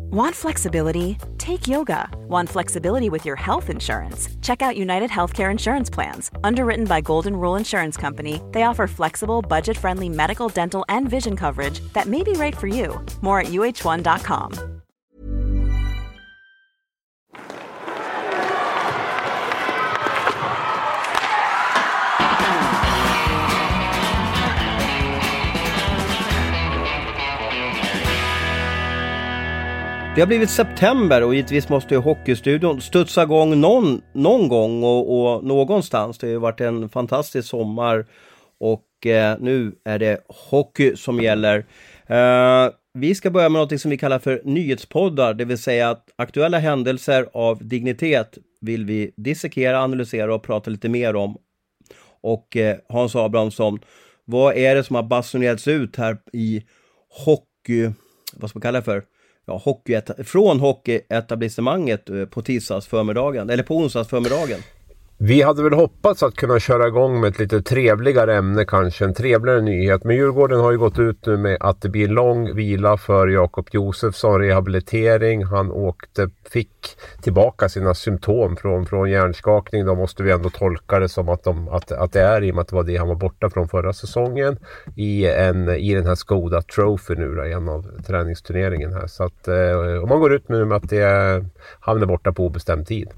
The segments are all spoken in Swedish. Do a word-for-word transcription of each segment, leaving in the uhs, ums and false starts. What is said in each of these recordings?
Want flexibility? Take yoga. Want flexibility with your health insurance? Check out United Healthcare Insurance Plans. Underwritten by Golden Rule Insurance Company, they offer flexible, budget-friendly medical, dental, and vision coverage that may be right for you. More at U H one dot com. Det har blivit september och givetvis måste ju Hockeystudion studsa igång någon, någon gång och, och någonstans. Det har ju varit en fantastisk sommar och eh, nu är det hockey som gäller. Eh, vi ska börja med något som vi kallar för nyhetspoddar, det vill säga att aktuella händelser av dignitet vill vi dissekera, analysera och prata lite mer om. Och eh, Hans Abrahamsson, vad är det som har basunerats ut här i hockey, vad ska man kalla det för? Ja, hockey, från hockeyetablissemanget på tisdags förmiddagen, eller på onsdags förmiddagen. Vi hade väl hoppats att kunna köra igång med ett lite trevligare ämne, kanske en trevligare nyhet. Men Djurgården har ju gått ut nu med att det blir lång vila för Jakob Josefsson, rehabilitering. Han åkte, fick tillbaka sina symptom från, från hjärnskakning. Då måste vi ändå tolka det som att, de, att, att det är i och med att det var det han var borta från förra säsongen i, en, i den här Skoda Trophy nu då, en av träningsturneringen här. Så att eh, om man går ut nu med att det är, han är borta på obestämd tid.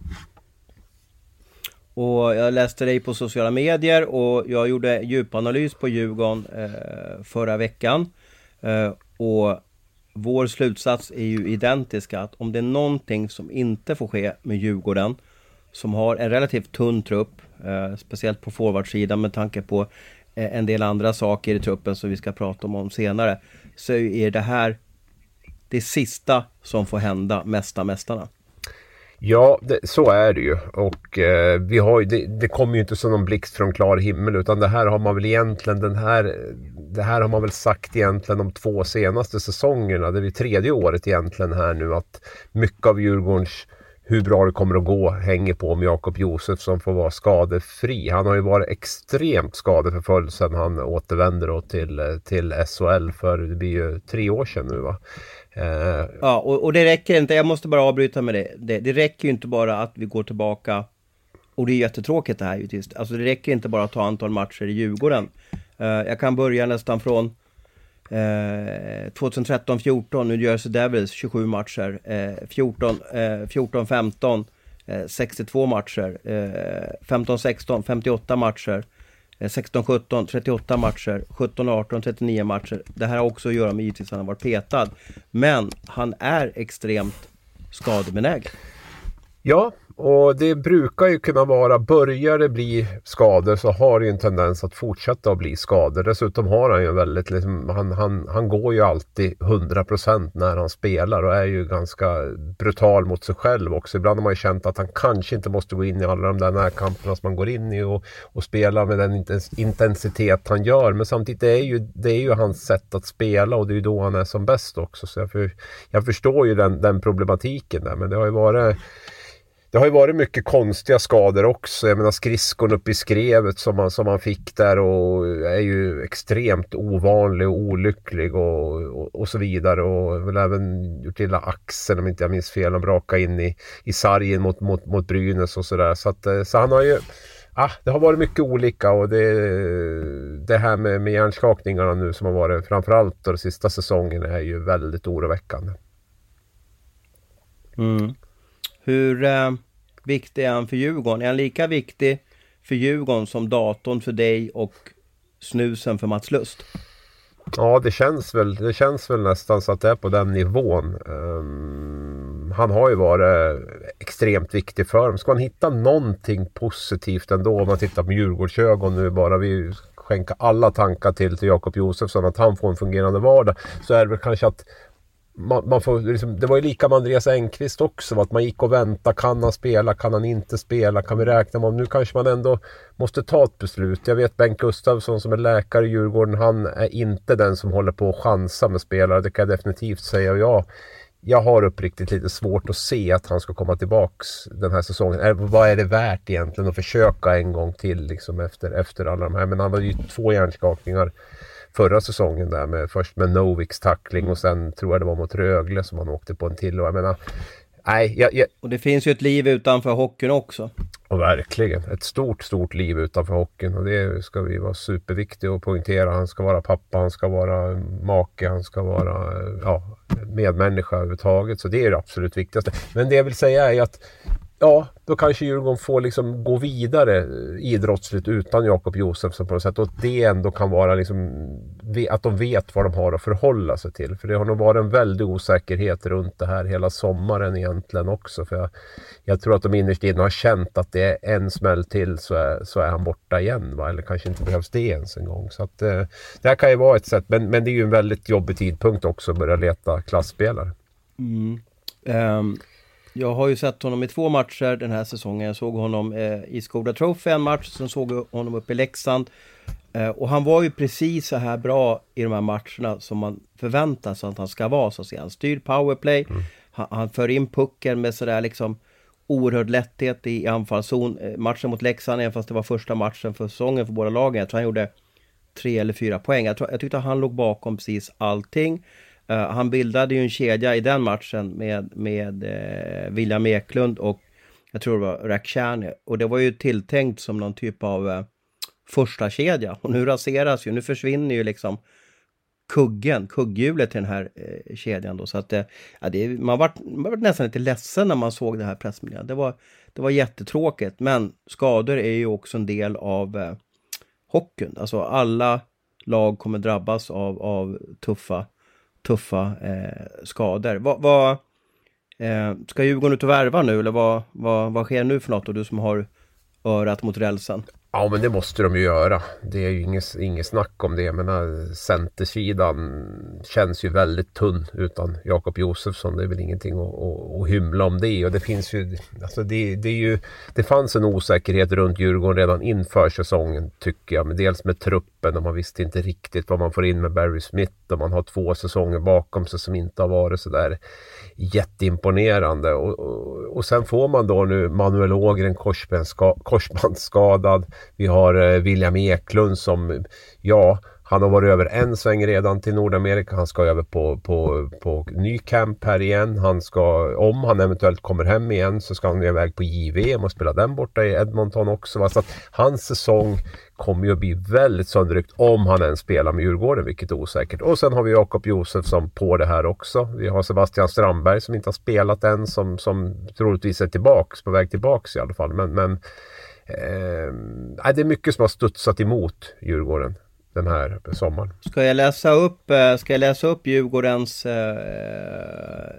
Och jag läste dig på sociala medier och jag gjorde djupanalys på Djurgården eh, förra veckan. Eh, och vår slutsats är ju identiska, att om det är någonting som inte får ske med Djurgården, som har en relativt tunn trupp, eh, speciellt på forwardsidan med tanke på eh, en del andra saker i truppen som vi ska prata om, om senare, så är det här det sista som får hända mästa mästarna. Ja, det, så är det ju. Och eh, vi har ju, det, det kommer ju inte som någon blixt från klar himmel, utan det här har man väl egentligen den här, det här har man väl sagt egentligen de två senaste säsongerna. Det är det tredje året egentligen här nu, att mycket av Djurgårdens, hur bra det kommer att gå, hänger på om Jakob Josefsson får vara skadefri. Han har ju varit extremt skadeförföljd sedan han återvänder då till, till S H L för det blir ju tre år sedan nu, va? Uh, ja, och, och det räcker inte, jag måste bara avbryta med det. det. Det räcker ju inte bara att vi går tillbaka, och det är jättetråkigt det här ju. Alltså det räcker inte bara att ta antal matcher i Djurgården. Uh, jag kan börja nästan från uh, tjugotretton fjorton, New Jersey Devils tjugosju matcher, uh, fjorton femton uh, sextiotvå matcher, uh, femton sexton femtioåtta matcher, sexton sjutton trettioåtta matcher, sjutton arton trettionio matcher. Det här har också att göra med givetvis att han har varit petad. Men han är extremt skadebenägen. Ja, och det brukar ju kunna vara, börjar det bli skador så har det ju en tendens att fortsätta att bli skador. Dessutom har han ju väldigt, liksom, han, han, han går ju alltid hundra procent när han spelar och är ju ganska brutal mot sig själv också. Ibland har man ju känt att han kanske inte måste gå in i alla de där närkamperna som man går in i och, och spela med den intensitet han gör. Men samtidigt det är ju, det är ju hans sätt att spela och det är ju då han är som bäst också. Så jag, för, jag förstår ju den, den problematiken där, men det har ju varit Det har ju varit mycket konstiga skador också. Jag menar skridskon upp i skrevet som man, som man fick där och är ju extremt ovanlig och olycklig och, och, och så vidare. Och väl även gjort illa axeln om inte jag minns fel. Och braka in i, i sargen mot, mot, mot Brynäs och sådär. Så, att, så han har ju... Ah, det har varit mycket olika och det, det här med, med hjärnskakningarna nu som har varit framförallt de sista säsongen är ju väldigt oroväckande. Mm. Hur eh, viktig är han för Djurgården? Är han lika viktig för Djurgården som datorn för dig och snusen för Mats Lust? Ja, det känns väl, det känns väl nästan så att det är på den nivån. Um, han har ju varit extremt viktig för dem. Ska man hitta någonting positivt ändå om man tittar på Djurgårdsögon nu, bara vi skänka alla tankar till, till Jakob Josefsson att han får en fungerande vardag, så är det väl kanske att Man, man får, liksom, det var ju lika med Andreas Engqvist också, att man gick och väntade, kan han spela, kan han inte spela, kan vi räkna med om nu kanske man ändå måste ta ett beslut. Jag vet Bengt Gustafsson som är läkare i Djurgården, han är inte den som håller på att chansa med spelare, det kan jag definitivt säga. Och jag, jag har uppriktigt lite svårt att se att han ska komma tillbaks den här säsongen. Är, vad är det värt egentligen att försöka en gång till liksom efter, efter alla de här, men han var ju två hjärnskakningar förra säsongen där med först med Noviks tackling och sen tror jag det var mot Rögle som han åkte på en till. Och jag menar, nej, jag, jag... Och det finns ju ett liv utanför hockeyn också. Och verkligen, ett stort, stort liv utanför hockeyn och det ska vi vara superviktiga att poängtera. Han ska vara pappa, han ska vara make, han ska vara ja, medmänniska överhuvudtaget. Så det är det absolut viktigaste. Men det jag vill säga är att ja, då kanske Djurgården får liksom gå vidare idrottsligt utan Jakob Josefsson på något sätt. Och att det ändå kan vara liksom, att de vet vad de har att förhålla sig till. För det har nog varit en väldig osäkerhet runt det här hela sommaren egentligen också. För jag, jag tror att de innerst inne har känt att det är en smäll till så är, så är han borta igen. Va? Eller kanske inte behövs det ens en gång. Så att, eh, det här kan ju vara ett sätt. Men, men det är ju en väldigt jobbig tidpunkt också att börja leta klassspelare. Mm. Um. Jag har ju sett honom i två matcher den här säsongen. Jag såg honom eh, i Skoda Trophy en match. Sen såg jag honom uppe i Leksand. Eh, och han var ju precis så här bra i de här matcherna som man förväntar sig att han ska vara. Så att säga. Han styr powerplay. Mm. Han, han för in pucken med sådär liksom oerhörd lätthet i, i anfallszon. Eh, matchen mot Leksand, även fast det var första matchen för säsongen för båda lagen. Jag tror han gjorde tre eller fyra poäng. Jag, tror, jag tyckte att han låg bakom precis allting. Uh, han bildade ju en kedja i den matchen med, med uh, William Eklund och jag tror det var Rakhshani. Och det var ju tilltänkt som någon typ av uh, första kedja. Och nu raseras ju, nu försvinner ju liksom kuggen, kugghjulet till den här uh, kedjan då. Så att uh, ja, det, man, var, man var nästan lite ledsen när man såg det här pressmeddelandet. Det var, det var jättetråkigt, men skador är ju också en del av uh, hockeyn. Alltså alla lag kommer drabbas av, av tuffa tuffa eh, skador. Vad, vad, eh, ska Djurgården ut och värva nu eller vad, vad, vad sker nu för något och du som har örat mot rälsen? Ja, men det måste de ju göra. Det är ju inget, inget snack om det. Jag menar, centersidan känns ju väldigt tunn utan Jakob Josefsson. Det är väl ingenting att, att, att hymla om det. Och det finns ju, alltså det, det är ju, det fanns en osäkerhet runt Djurgården redan inför säsongen tycker jag. Men dels med truppen och man visste inte riktigt vad man får in med Barry Smith. Och man har två säsonger bakom sig som inte har varit så där jätteimponerande. Och, och, och sen får man då nu Manuel Ågren korsbandsskadad. Vi har eh, William Eklund som, ja, han har varit över en sväng redan till Nordamerika. Han ska över på, på, på ny camp här igen. Han ska, om han eventuellt kommer hem igen så ska han iväg på J V M och spela den borta i Edmonton också. Så att hans säsong kommer ju att bli väldigt sönderryckt om han ens spelar med Djurgården, vilket är osäkert. Och sen har vi Jakob Josefsson på det här också. Vi har Sebastian Strandberg som inte har spelat än, som, som troligtvis är tillbaks, på väg tillbaks i alla fall. Men, men eh, det är mycket som har studsat emot Djurgården den här sommaren. Ska jag läsa upp, ska jag läsa upp Djurgårdens eh,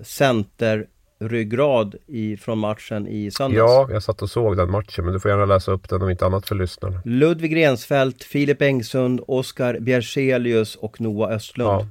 centerryggrad i, från matchen i söndags? Ja, jag satt och såg den matchen, men du får gärna läsa upp den om inte annat för lyssnarna. Ludvig Rensfeldt, Filip Engsund, Oskar Bjärselius och Noah Östlund. Ja.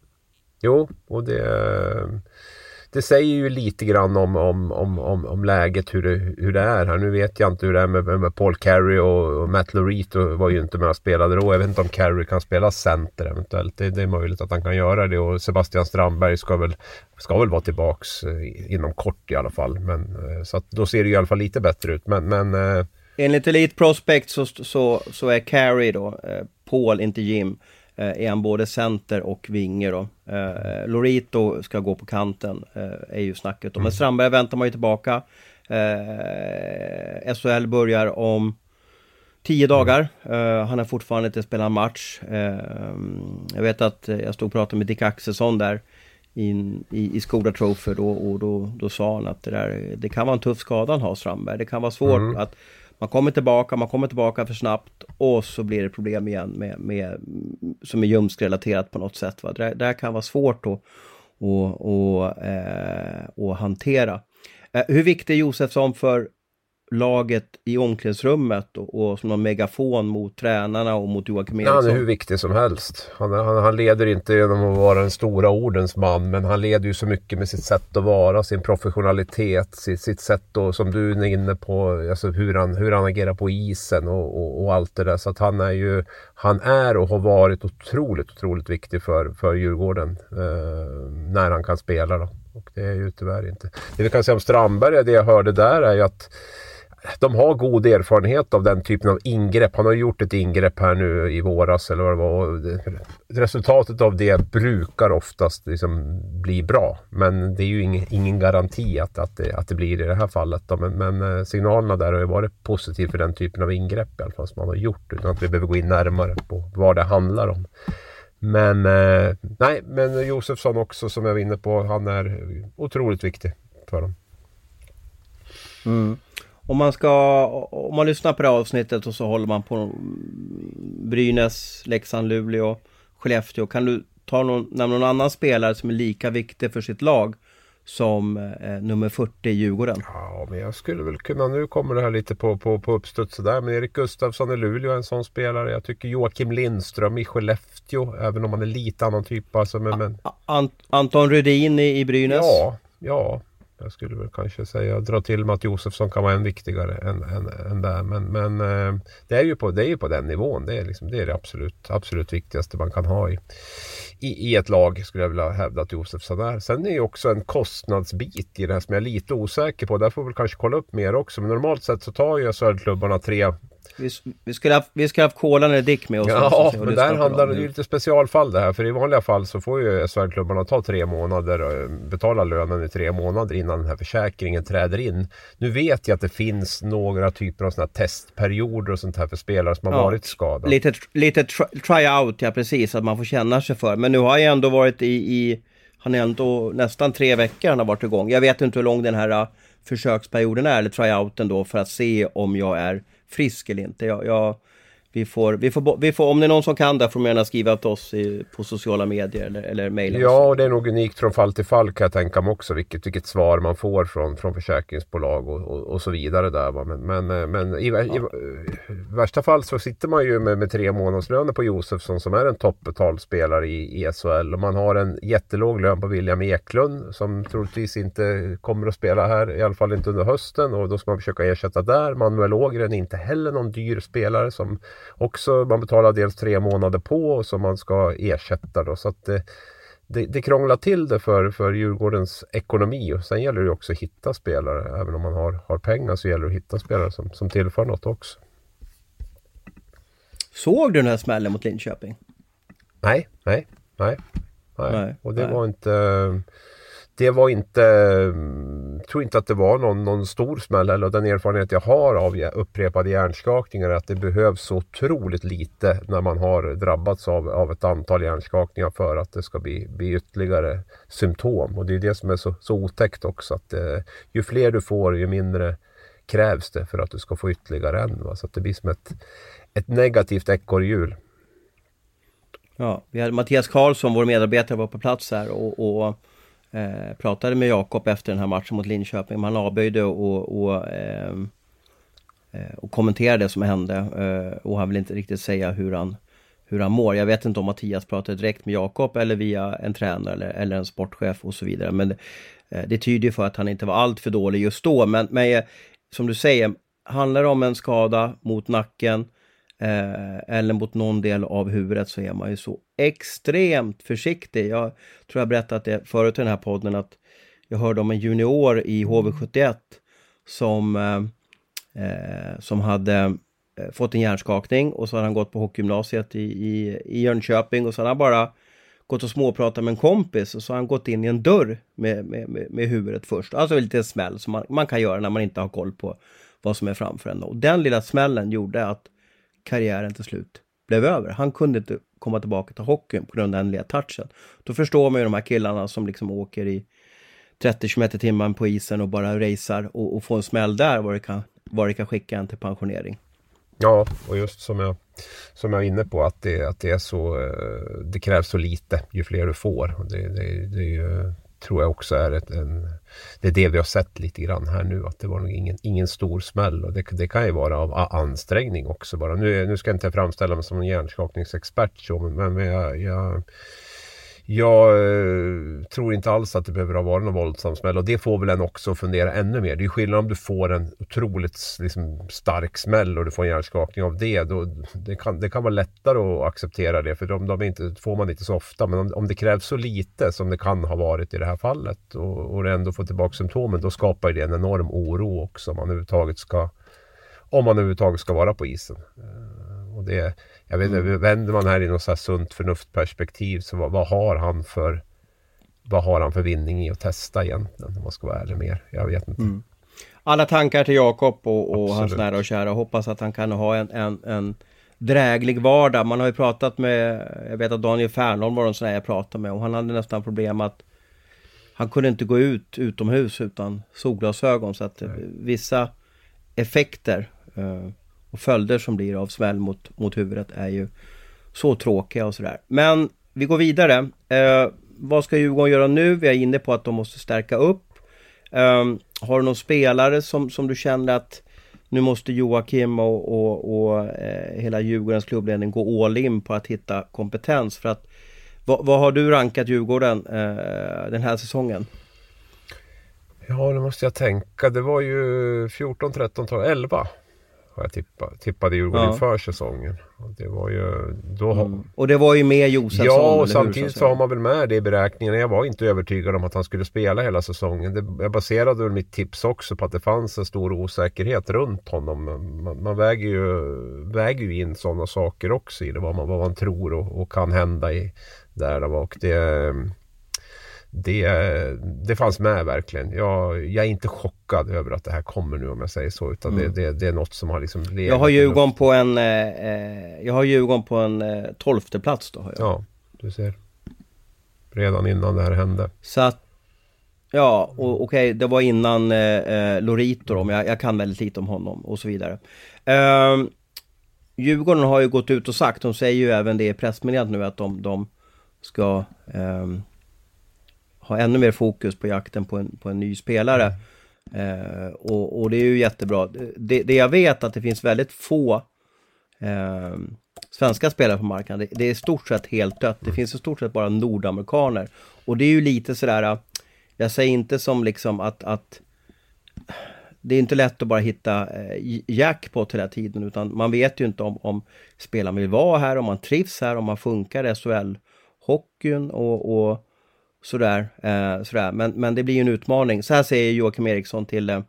Jo, och det... Det säger ju lite grann om, om, om, om, om läget, hur det, hur det är här. Nu vet jag inte hur det är med, med Paul Carey och, och Matt Lorito var ju inte med och spelade då. Jag vet inte om Carey kan spela center eventuellt. Det, det är möjligt att han kan göra det. Och Sebastian Strandberg ska väl, ska väl vara tillbaks inom kort i alla fall. Men, så att då ser det i alla fall lite bättre ut. Men, men, enligt Elite Prospect så, så, så är Carey då, Paul, inte Jim, är han både center och vinge då. Eh, Lorito ska gå på kanten, eh, är ju snacket. Mm. Men Strandberg väntar man ju tillbaka. Eh, S H L börjar om tio dagar. Eh, han har fortfarande inte spelat en match. Eh, jag vet att jag stod och pratade med Dick Axelsson där i, i, i Skoda Trophy då, och då, då sa han att det, där, det kan vara en tuff skada han har, Strandberg. Det kan vara svårt mm. att man kommer tillbaka, man kommer tillbaka för snabbt och så blir det problem igen med, med, som är ljumskrelaterat på något sätt. Va? Det, det kan vara svårt att, att, att, äh, att hantera. Äh, hur viktig är Josefsson för laget i omklädningsrummet och, och som en megafon mot tränarna och mot Joakim Eriksson? Han är hur viktig som helst. Han, han, han leder inte genom att vara en stora ordens man, men han leder ju så mycket med sitt sätt att vara, sin professionalitet, sitt, sitt sätt då, som du är inne på, alltså hur han, hur han agerar på isen och, och, och allt det där. Så att han är ju, han är och har varit otroligt, otroligt viktig för, för Djurgården eh, när han kan spela då. Och det är ju tyvärr inte. Det vi kan säga om Strandberg, det jag hörde där är ju att de har god erfarenhet av den typen av ingrepp. Han har gjort ett ingrepp här nu i våras eller vad det var. Resultatet av det brukar oftast liksom bli bra. Men det är ju ingen, ingen garanti att, att, det, att det blir i det här fallet. Då. Men, men signalerna där har ju varit positiva för den typen av ingrepp i alla fall som man har gjort. Utan att vi behöver gå in närmare på vad det handlar om. Men eh, nej, men Josefsson också som jag var inne på, han är otroligt viktig för dem. Mm. Om man ska, om man lyssnar på det här avsnittet och så håller man på Brynäs, Leksand, Luleå, Skellefteå. Kan du ta någon, nämna någon annan spelare som är lika viktig för sitt lag som eh, nummer fyrtio i Djurgården? Ja, men jag skulle väl kunna, nu kommer det här lite på, på, på uppstuds där, men Erik Gustafsson i Luleå är en sån spelare. Jag tycker Joakim Lindström i Skellefteå, även om han är lite annan typ. Alltså, men, men... Ant- Anton Rudin i, i Brynäs? Ja, ja. Jag skulle väl kanske säga dra till med att Josefsson kan vara än viktigare än, än, än där. Men, men eh, det, är ju på, det är ju på den nivån. Det är, liksom, det, är det absolut, absolut viktigaste man kan ha i, i, i ett lag, skulle jag vilja hävda att Josefsson är. Sen är ju också en kostnadsbit i det här som jag är lite osäker på. Där får vi väl kanske kolla upp mer också. Men normalt sett så tar ju S H L-klubbarna tre... Vi, vi skulle ha vi skulle ha haft Kolan eller Dick med oss. Ja, men där handlar det ju lite specialfall det här. För i vanliga fall så får ju S H L-klubbarna ta tre månader och betala lönen i tre månader innan den här försäkringen träder in. Nu vet jag att det finns några typer av såna här testperioder och sånt här för spelare som har ja, varit skadade. Lite, lite try-out, ja precis, att man får känna sig för. Men nu har jag ändå varit i, i han är ändå nästan tre veckor han har varit igång. Jag vet inte hur lång den här försöksperioden är, eller try-outen då, för att se om jag är frisk eller inte. Jag, jag, vi får, vi får, vi får, om det är någon som kan där får man gärna skriva till oss i, på sociala medier eller, eller mejla. Ja, och det är nog unikt från fall till fall kan jag tänka mig också, vilket, vilket svar man får från, från försäkringsbolag och, och, och så vidare där. Va? Men, men, men i, ja. i, i värsta fall så sitter man ju med, med tre månadslöner på Josefsson som är en toppbetald spelare i, i S H L, och man har en jättelåg lön på William Eklund som troligtvis inte kommer att spela här, i alla fall inte under hösten, och då ska man försöka ersätta där. Manuel Ågren är inte heller någon dyr spelare som också man betalar dels tre månader på och som man ska ersätta då. Så att det, det, det krånglar till det för, för Djurgårdens ekonomi, och sen gäller det också att hitta spelare. Även om man har, har pengar så gäller det att hitta spelare som, som tillför något också. Såg du den här smällen mot Linköping? Nej, nej, nej. nej. nej och det nej. var inte... Det var inte, jag tror inte att det var någon, någon stor smäll, eller den erfarenhet jag har av upprepade hjärnskakningar är att det behövs så otroligt lite när man har drabbats av, av ett antal hjärnskakningar för att det ska bli, bli ytterligare symptom. Och det är det som är så, så otäckt också, att eh, ju fler du får ju mindre krävs det för att du ska få ytterligare en. Va? Så att det blir som ett, ett negativt ekorrhjul. Ja, vi hade Mattias Karlsson, vår medarbetare, var på plats här och, och Eh, pratade med Jakob efter den här matchen mot Linköping. Man avböjde och, och, eh, och kommenterade det som hände, eh, och han vill inte riktigt säga hur han, hur han mår. Jag vet inte om Mattias pratade direkt med Jakob eller via en tränare eller, eller en sportchef och så vidare, men eh, det tyder ju för att han inte var allt för dålig just då. Men, men eh, som du säger, handlar det om en skada mot nacken Eh, eller mot någon del av huvudet, så är man ju så extremt försiktig. Jag tror jag berättat det förut i den här podden, att jag hörde om en junior i H V sjuttioett som, eh, som hade eh, fått en hjärnskakning, och så hade han gått på hockeygymnasiet i, i, i Jönköping, och så hade han bara gått och småpratat med en kompis, och så har han gått in i en dörr med, med, med, med huvudet först. Alltså lite smäll som man, man kan göra när man inte har koll på vad som är framför en. Och den lilla smällen gjorde att karriären till slut blev över. Han kunde inte komma tillbaka till hockeyn på grund av den lilla touchen. Då förstår man ju de här killarna som liksom åker i trettio kilometer i timmen på isen och bara racear och, och får en smäll där, vad det kan, vad det kan skicka en till pensionering. Ja, och just som jag, som jag är inne på, att det, att det är så, det krävs så lite ju fler du får. Det, det, det är ju, tror jag också är ett, en, det är det vi har sett lite grann här nu, att det var nog ingen, ingen stor smäll, och det, det kan ju vara av ansträngning också bara. Nu, nu ska jag inte framställa mig som en hjärnskakningsexpert så, men, men jag, jag, jag eh, tror inte alls att det behöver ha varit någon våldsam smäll, och det får väl en också fundera ännu mer. Det är ju skillnad om du får en otroligt liksom, stark smäll och du får en hjärnskakning av det, då, det, kan, det kan vara lättare att acceptera det, för de, de inte, får man inte så ofta, men om, om det krävs så lite som det kan ha varit i det här fallet, och, och det ändå får tillbaka symptomen, då skapar det en enorm oro också om man överhuvudtaget ska, om man överhuvudtaget ska vara på isen. Uh, och det, jag vet inte, mm. vänder man här i något så här sunt förnuftperspektiv, så vad, vad har han för vad har han för vinning i att testa egentligen, om man ska vara ärlig mer, jag vet inte. Mm. Alla tankar till Jakob och, och hans nära och kära. Hoppas att han kan ha en, en, en dräglig vardag. Man har ju pratat med, jag vet att Daniel Fernholm var en sån här jag pratade med, och han hade nästan problem att han kunde inte gå ut utomhus utan solglasögon, så att Nej. vissa effekter uh, och följder som blir av smäll mot, mot huvudet är ju så tråkiga och sådär. Men vi går vidare. Uh, vad ska Djurgården göra nu? Vi är inne på att de måste stärka upp. Um, har du någon spelare som, som du känner att nu måste Joakim och, och, och eh, hela Djurgårdens klubbledning gå all in på att hitta kompetens? För att, vad, vad har du rankat Djurgården eh, den här säsongen? Ja, det måste jag tänka. Det var ju fjorton, tretton, tolv, elva har jag tippat, tippade Djurgården ja. för säsongen. Och det var ju då har... mm. Och det var ju med Josefsson. Ja, och samtidigt så har man väl med det i beräkningen. Jag var inte övertygad om att han skulle spela hela säsongen. Det, jag baserade väl mitt tips också på att det fanns en stor osäkerhet runt honom. Man, man väger, ju, väger ju in sådana saker också i det, vad man, vad man tror och, och kan hända i där. Och det... Det, det fanns med verkligen. Jag, jag är inte chockad över att det här kommer nu, om jag säger så, utan mm. det, det, det är något som har liksom legat. Jag har Djurgården på en eh, jag har Djurgården på en eh, tolfte plats då har jag. Ja, du ser. Redan innan det här hände. Så att, ja, och, okej, okay, det var innan eh, Lorito då, men jag, jag kan väldigt lite om honom och så vidare. Eh, Djurgården har ju gått ut och sagt, de säger ju även det i pressmeddelandet nu, att de, de ska eh, ha ännu mer fokus på jakten på en, på en ny spelare. Mm. Eh, och, och det är ju jättebra. Det, det jag vet att det finns väldigt få eh, svenska spelare på marknaden. Det, det är stort sett helt dött. Det finns i stort sett bara nordamerikaner. Och det är ju lite sådär, jag säger inte som liksom att, att det är inte lätt att bara hitta eh, jackpot hela tiden, utan man vet ju inte om, om spelaren vill vara här, om man trivs här, om man funkar i S H L-hockeyn och, och sådär, eh, sådär. Men, men det blir ju en utmaning. Så här säger Joakim Eriksson till eh,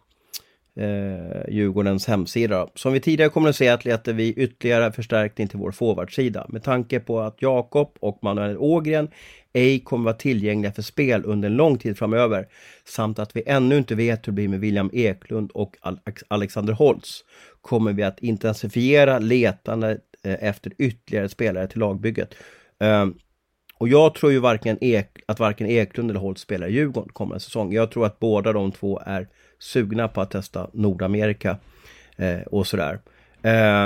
Djurgårdens hemsida. Som vi tidigare kommunicerat letar vi ytterligare förstärkning till vår forwardsida. Med tanke på att Jakob och Manuel Ågren ej kommer vara tillgängliga för spel under en lång tid framöver, samt att vi ännu inte vet hur det blir med William Eklund och Alexander Holtz, kommer vi att intensifiera letandet eh, efter ytterligare spelare till lagbygget. Eh, Och jag tror ju varken Ek, att varken Eklund eller Holtz spelar i Djurgården kommande säsong. Jag tror att båda de två är sugna på att testa Nordamerika eh, och sådär. Eh,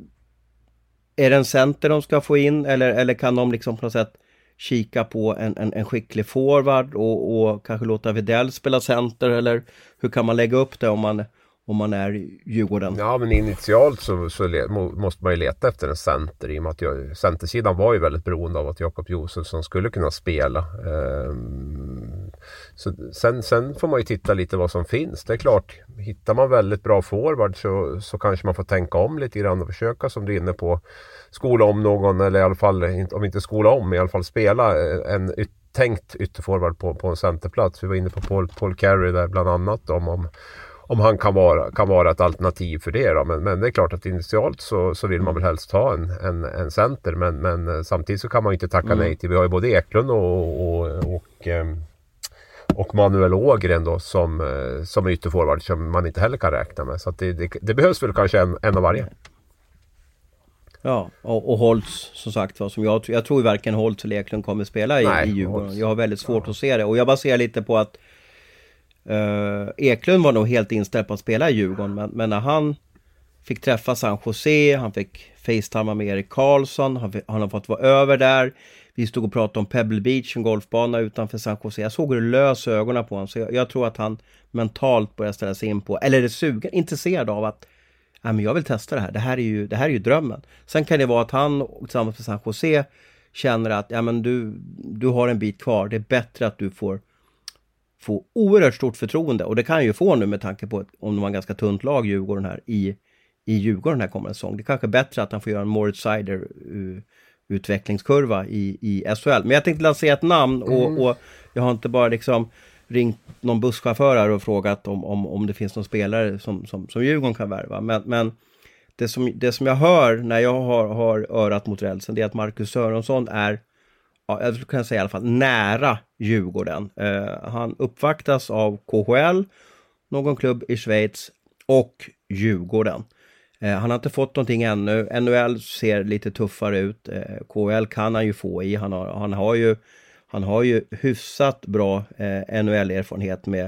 är det en center de ska få in, eller, eller kan de liksom på något sätt kika på en, en, en skicklig forward och, och kanske låta Widell spela center, eller hur kan man lägga upp det om man... om man är i Djurgården? Ja, men initialt så, så le, måste man ju leta efter en center, i och med att jag, centersidan var ju väldigt beroende av att Jakob Josefsson skulle kunna spela. Ehm, så sen, sen får man ju titta lite vad som finns. Det är klart, hittar man väldigt bra forward så, så kanske man får tänka om lite grann och försöka, som du är inne på, skola om någon, eller i alla fall, om inte skola om, i alla fall spela en yt, tänkt ytterforward på, på en centerplats. Vi var inne på Paul, Paul Carey där bland annat, om, om om han kan vara, kan vara ett alternativ för det då. Men, men det är klart att initialt så, så vill man väl helst ha en, en, en center, men, men samtidigt så kan man ju inte tacka mm. nej till. Vi har ju både Eklund och, och, och, och Manuel Ågren då som, som ytterforward som man inte heller kan räkna med. Så att det, det, det behövs väl kanske en, en av varje. Ja, och, och Holtz som sagt var, som jag, jag tror ju varken Holtz eller Eklund kommer spela i, nej, i Djurgården. Holtz. Jag har väldigt svårt ja. att se det, och jag baserar lite på att Uh, Eklund var nog helt inställd på att spela i Djurgården, men, men när han fick träffa San Jose, han fick facetimea med Erik Karlsson, han, fick, han har fått vara över där. Vi stod och pratade om Pebble Beach, en golfbana utanför San Jose. Jag såg hur det lös ögonen på honom, så jag, jag tror att han mentalt börjar ställa sig in på, eller är sugen, intresserad av att ja, men jag vill testa det här, det här är ju, det här är ju drömmen. Sen kan det vara att han tillsammans med San Jose känner att ja, men du, du har en bit kvar, det är bättre att du får få oerhört stort förtroende, och det kan ju få nu med tanke på att, om de har en ganska tunt lag Djurgården här i, i Djurgården här kommande säsong. Det är kanske bättre att han får göra en Moritz Seider uh, utvecklingskurva i, i S H L. Men jag tänkte lansera ett namn och, mm. och jag har inte bara liksom ringt någon busschaufför här och frågat om, om, om det finns någon spelare som, som, som Djurgården kan värva. Men, men det, som, det som jag hör när jag har, har örat mot rälsen, det är att Marcus Sörensson är, ja, jag kan säga i alla fall, nära Djurgården. Uh, han uppvaktas av K H L, någon klubb i Schweiz och Djurgården. Uh, han har inte fått någonting ännu. N H L ser lite tuffare ut. Uh, K H L kan han ju få i. Han har, han har ju Han har ju hyfsat bra eh, N H L-erfarenhet med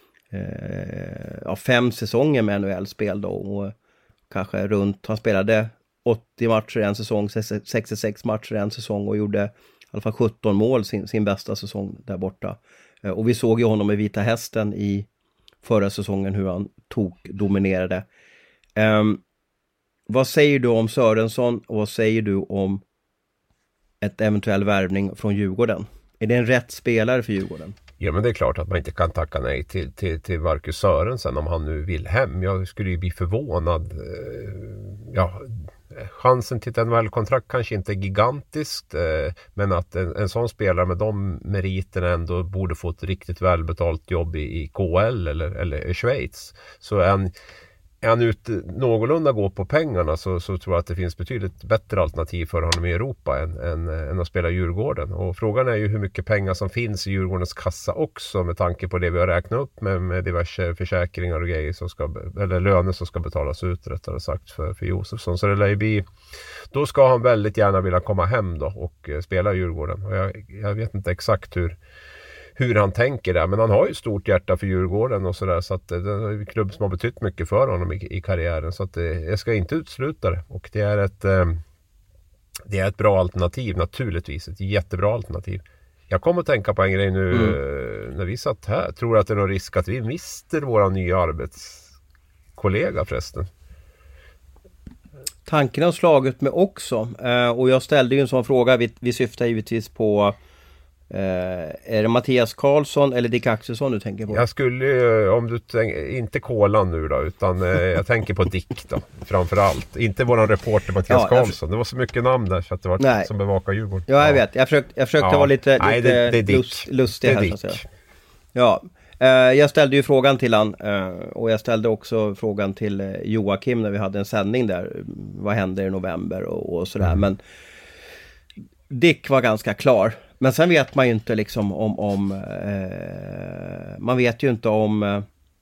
eh, ja, fem säsonger med N H L-spel då. Och kanske runt, han spelade åttio matcher en säsong, sextiosex matcher en säsong och gjorde i alla fall sjutton mål sin, sin bästa säsong där borta. Eh, och vi såg ju honom i Vita Hästen i förra säsongen hur han tog dominerade. Eh, vad säger du om Sörensson och vad säger du om ett eventuell värvning från Djurgården? Är det en rätt spelare för Djurgården? Ja, men det är klart att man inte kan tacka nej till, till, till Marcus Sörensen om han nu vill hem. Jag skulle ju bli förvånad. Ja, chansen till ett N H L-kontrakt kanske inte är gigantiskt, men att en, en sån spelare med de meriterna ändå borde få ett riktigt välbetalt jobb i, i K H L eller, eller i Schweiz. Så en Är han ute någorlunda går på pengarna så, så tror jag att det finns betydligt bättre alternativ för honom i Europa än, än, än att spela Djurgården. Och frågan är ju hur mycket pengar som finns i Djurgårdens kassa också med tanke på det vi har räknat upp med, med diverse försäkringar och grejer som ska, eller löner som ska betalas ut rättare sagt för, för Josefsson. Så det lär ju bli, då ska han väldigt gärna vilja komma hem då och spela i Djurgården. Och jag, jag vet inte exakt hur hur han tänker där, men han har ju stort hjärta för Djurgården och sådär, så att det är en klubb som har betytt mycket för honom i, i karriären, så att det, jag ska inte utsluta det, och det är ett eh, det är ett bra alternativ naturligtvis, ett jättebra alternativ. Jag kommer att tänka på en grej nu mm. när vi satt här, tror att det är någon risk att vi mister våra nya arbetskollega förresten. Tanken har slagit mig också, eh, och jag ställde ju en sån fråga, vi, vi syftar givetvis på Uh, är det Mattias Karlsson eller Dick Axelsson du tänker på? Jag skulle, om du tänk, inte Kolan nu då, utan uh, jag tänker på Dick då, framförallt. Inte våran reporter Mattias ja, Karlsson. Det var så mycket namn där så att det var nej. som bevakar Djurgården. Ja, jag ja. vet. Jag försökte, jag försökte ja. vara lite, nej, lite det, det är Dick. lust, lustig det är här. Dick. Så att säga. Ja, uh, jag ställde ju frågan till han uh, och jag ställde också frågan till uh, Joakim när vi hade en sändning där. Vad händer i november och, och sådär. Mm. Men Dick var ganska klar. Men sen vet man ju inte liksom om, om eh, man vet ju inte om eh,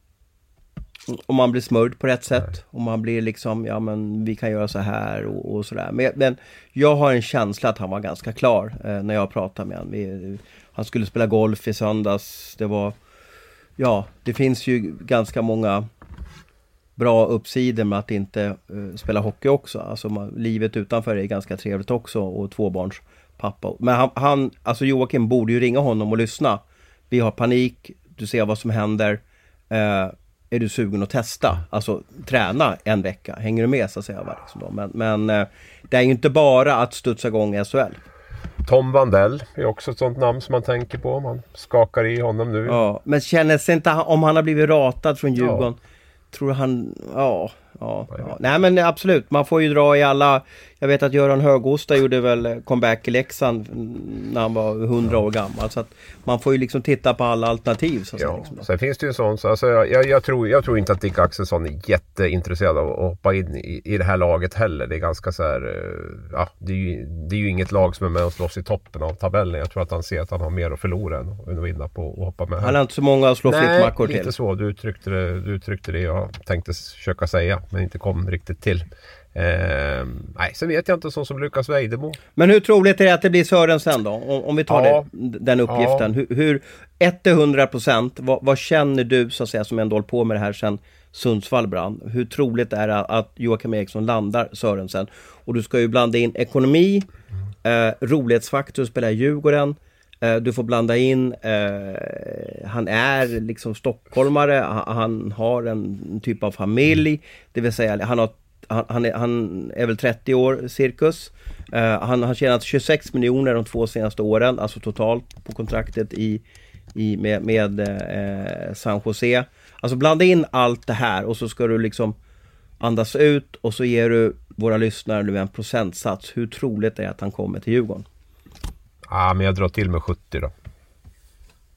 om man blir smörd på rätt sätt. Nej. Om man blir liksom, ja men vi kan göra så här och, och sådär. Men, men jag har en känsla att han var ganska klar eh, när jag pratade med honom. Han skulle spela golf i söndags. Det var, ja, det finns ju ganska många bra uppsidor med att inte eh, spela hockey också. Alltså man, livet utanför är ganska trevligt också, och tvåbarns pappa. Men han, han, alltså Joakim borde ju ringa honom och lyssna. Vi har panik, du ser vad som händer. Eh, är du sugen att testa? Alltså träna en vecka. Hänger du med så att säga? Liksom då. Men, men eh, det är ju inte bara att studsa igång i S H L. Tom Vandell är också ett sånt namn som man tänker på. Man skakar i honom nu. Ja, men känner sig inte, om han har blivit ratad från Djurgården, ja. Tror han, ja, ja, ja. Nej men absolut, man får ju dra i alla. Jag vet att Göran Högosta gjorde väl comeback i Leksand när han var hundra år gammal, så att man får ju liksom titta på alla alternativ så att ja. säga, liksom. Sen finns det ju en sån, så alltså jag, jag, tror, jag tror inte att Dick Axelsson är jätteintresserad av att hoppa in i, i det här laget heller. Det är ganska så här, ja, det är, ju, det är ju inget lag som är med och slåss i toppen av tabellen. Jag tror att han ser att han har mer att förlora än att vinna på och hoppa med. Han har inte så många att slå flickmackor till. Nej, lite så, du uttryckte det, du uttryckte det jag tänkte försöka säga, men inte kom riktigt till. Eh, nej, sen vet jag inte, sån som Lukas Weidemo. Men hur troligt är det att det blir Sörensen då? Om, om vi tar ja, det, den uppgiften. Ja. Hur, hur ett till hundra procent, vad, vad känner du så att säga, som ändå håller på med det här sen Sundsvall brann? Hur troligt är det att Joakim Eriksson landar Sörensen? Och du ska ju blanda in ekonomi, eh, rolighetsfaktor, spela i Djurgården. Eh, du får blanda in, eh, han är liksom stockholmare, han, han har en typ av familj, det vill säga han har Han, han, är, han är väl trettio år cirkus. Uh, han har tjänat tjugosex miljoner de två senaste åren, alltså totalt på kontraktet i, i, med, med uh, San Jose. Alltså blanda in allt det här och så ska du liksom andas ut och så ger du våra lyssnare nu en procentsats. Hur troligt är det att han kommer till Djurgården? Ja, men jag drar till med sjuttio då.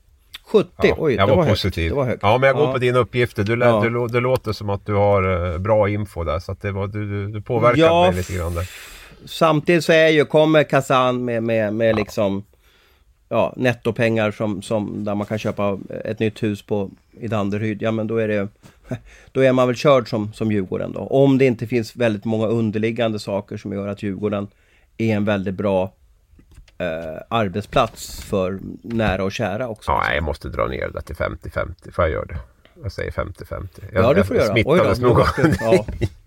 sjuttio, Ja, oj, jag det var var positiv. högt. Det var högt. Ja, men jag går Ja. på dina uppgifter. Du, lä- Ja. du, lå- det låter som att du har eh, bra info där. Så att det var, du, du, du påverkade Ja, mig lite grann där. Samtidigt så är ju, kommer Kazan med, med, med liksom ja, nettopengar som, som där man kan köpa ett nytt hus på i Danderyd. Ja, men då är det då är man väl körd som, som Djurgården då. Om det inte finns väldigt många underliggande saker som gör att Djurgården är en väldigt bra eh, arbetsplats för nära och kära också. Ja, jag måste dra ner det till femtio femtio. Får jag göra det? Jag säger femtio femtio. Jag, Ja, det får du jag göra. Oj då, smittades nu nog. måste du- ja.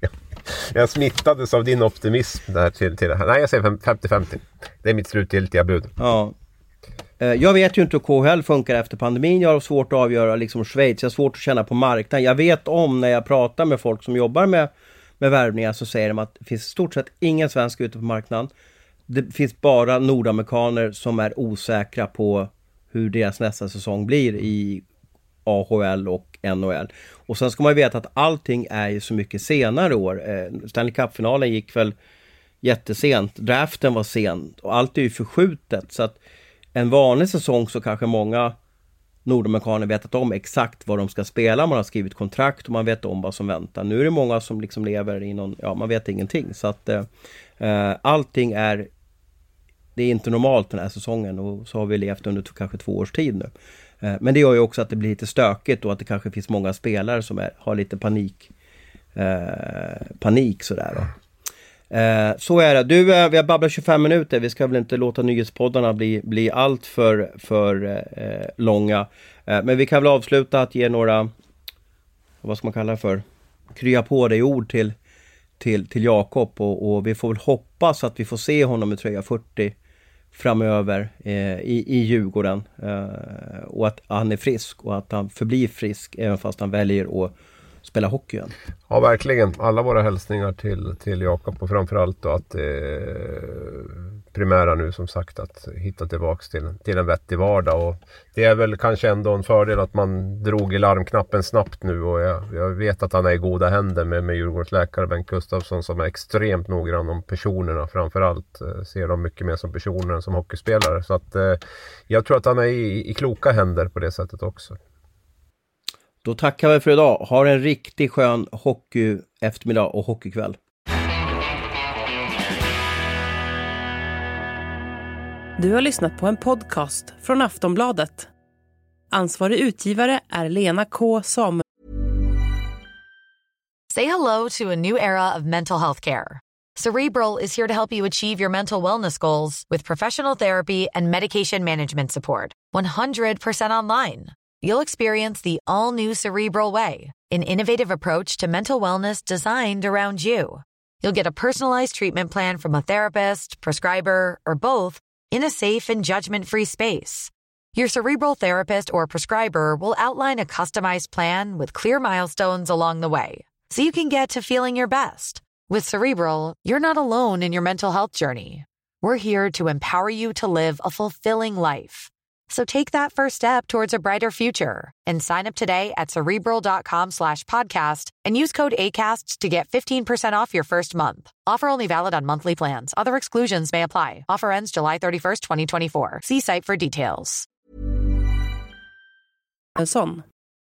Jag smittades av din optimism där till, till det här. Nej, jag säger femtio femtio. Det är mitt slutgiltiga bud. Ja. Eh, Jag vet ju inte hur K H L funkar efter pandemin. Jag har svårt att avgöra liksom Schweiz. Jag har svårt att känna på marknaden. Jag vet om när jag pratar med folk som jobbar med, med värvningar, så säger de att det finns i stort sett ingen svensk ute på marknaden. Det finns bara nordamerikaner som är osäkra på hur deras nästa säsong blir i A H L och N H L. Och sen ska man ju veta att allting är ju så mycket senare år. Eh, Stanley Cup-finalen gick väl jättesent. Draften var sent och allt är ju förskjutet. Så att en vanlig säsong så kanske många nordamerikaner vetat om exakt vad de ska spela. Man har skrivit kontrakt och man vet om vad som väntar. Nu är det många som liksom lever i någon, ja, man vet ingenting. Så att eh, allting är, det är inte normalt den här säsongen, och så har vi levt under t- kanske två års tid nu. Eh, men det gör ju också att det blir lite stökigt och att det kanske finns många spelare som är, har lite panik. Eh, panik sådär då. Eh, så är det. Du, eh, vi har babblat tjugofem minuter. Vi ska väl inte låta nyhetspoddarna bli, bli allt för, för eh, långa. Eh, men vi kan väl avsluta att ge några, vad ska man kalla det för, krya på dig ord till, till, till Jakob. Och, och vi får väl hoppas att vi får se honom i tröja fyrtio framöver eh, i, i Djurgården. Eh, och att han är frisk och att han förblir frisk även fast han väljer att spela hockey igen. Ja, verkligen. Alla våra hälsningar till, till Jakob, och framförallt då att eh, primära nu som sagt att hitta tillbaks till, till en vettig vardag. Och det är väl kanske ändå en fördel att man drog i larmknappen snabbt nu, och jag, jag vet att han är i goda händer med, med Djurgårdens läkare Bengt Gustafsson, som är extremt noggrann om personerna, framförallt eh, ser de mycket mer som personer än som hockeyspelare. Så att eh, jag tror att han är i, i kloka händer på det sättet också. Då tackar vi för idag. Ha en riktigt skön hockey eftermiddag och hockeykväll. Du har lyssnat på en podcast från Aftonbladet. Ansvarig utgivare är Lena K. Samuelsson. Say hello to a new era of mental health care. Cerebral is here to help you achieve your mental wellness goals with professional therapy and medication management support. one hundred percent online. You'll experience the all-new Cerebral Way, an innovative approach to mental wellness designed around you. You'll get a personalized treatment plan from a therapist, prescriber, or both in a safe and judgment-free space. Your Cerebral therapist or prescriber will outline a customized plan with clear milestones along the way, so you can get to feeling your best. With Cerebral, you're not alone in your mental health journey. We're here to empower you to live a fulfilling life. So take that first step towards a brighter future and sign up today at Cerebral.com slash podcast and use code ACAST to get fifteen percent off your first month. Offer only valid on monthly plans. Other exclusions may apply. Offer ends July thirty-first, twenty twenty-four. See site for details.